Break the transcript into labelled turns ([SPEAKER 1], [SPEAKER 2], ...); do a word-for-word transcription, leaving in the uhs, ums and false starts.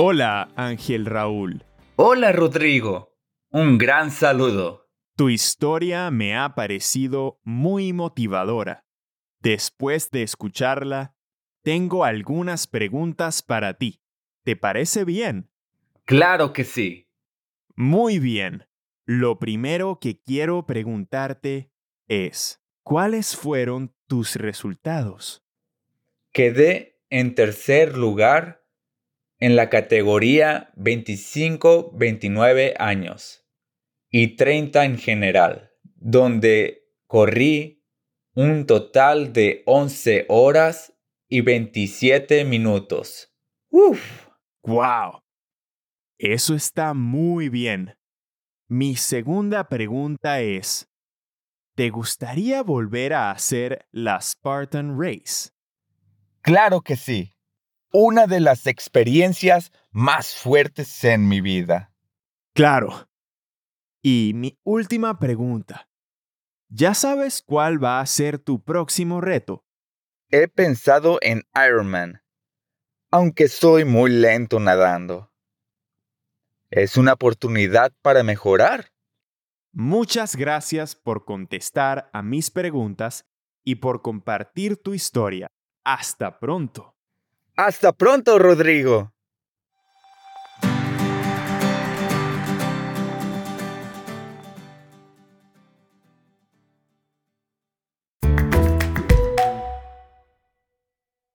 [SPEAKER 1] Hola, Ángel Raúl.
[SPEAKER 2] Hola, Rodrigo. Un gran saludo.
[SPEAKER 1] Tu historia me ha parecido muy motivadora. Después de escucharla, tengo algunas preguntas para ti. ¿Te parece bien?
[SPEAKER 2] Claro que sí.
[SPEAKER 1] Muy bien. Lo primero que quiero preguntarte es, ¿cuáles fueron tus resultados?
[SPEAKER 2] Quedé en tercer lugar en la categoría veinticinco veintinueve años y treinta en general, donde corrí un total de once horas y veintisiete minutos. ¡Uf!
[SPEAKER 1] ¡Wow! Eso está muy bien. Mi segunda pregunta es, ¿te gustaría volver a hacer la Spartan Race?
[SPEAKER 2] Claro que sí. Una de las experiencias más fuertes en mi vida.
[SPEAKER 1] Claro. Y mi última pregunta. ¿Ya sabes cuál va a ser tu próximo reto?
[SPEAKER 2] He pensado en Ironman, aunque soy muy lento nadando. Es una oportunidad para mejorar.
[SPEAKER 1] Muchas gracias por contestar a mis preguntas y por compartir tu historia. Hasta pronto.
[SPEAKER 2] Hasta pronto, Rodrigo.